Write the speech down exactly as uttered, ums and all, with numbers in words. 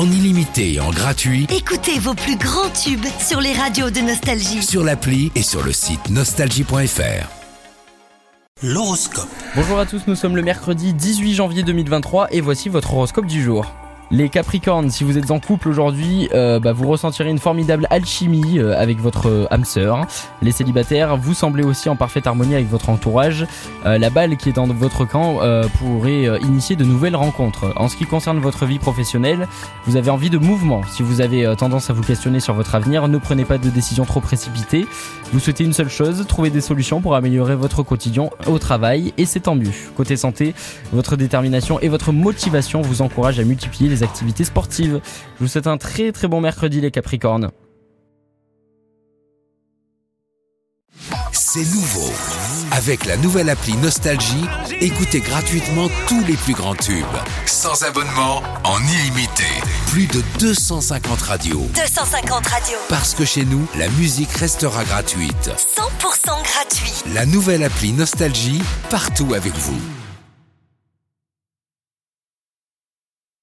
en illimité et en gratuit Écoutez vos plus grands tubes sur les radios de Nostalgie. sur l'appli et sur le site nostalgie point f r. L'horoscope. Bonjour à tous, nous sommes le mercredi dix-huit janvier deux mille vingt-trois et voici votre horoscope du jour. Les Capricornes, si vous êtes en couple aujourd'hui, euh, bah, vous ressentirez une formidable alchimie euh, avec votre euh, âme sœur. Les célibataires, vous semblez aussi en parfaite harmonie avec votre entourage. Euh, la balle qui est dans votre camp euh, pourrait euh, initier de nouvelles rencontres. En ce qui concerne votre vie professionnelle, vous avez envie de mouvement. Si vous avez euh, tendance à vous questionner sur votre avenir, ne prenez pas de décisions trop précipitées. Vous souhaitez une seule chose, trouver des solutions pour améliorer votre quotidien au travail et c'est tant mieux. Côté santé, votre détermination et votre motivation vous encouragent à multiplier les activités sportives. Je vous souhaite un très très bon mercredi les Capricornes. C'est nouveau. Avec la nouvelle appli Nostalgie, écoutez gratuitement tous les plus grands tubes. Sans abonnement, en illimité. Plus de deux cent cinquante radios. deux cent cinquante radios. Parce que chez nous, la musique restera gratuite. cent pour cent gratuit. La nouvelle appli Nostalgie, partout avec vous.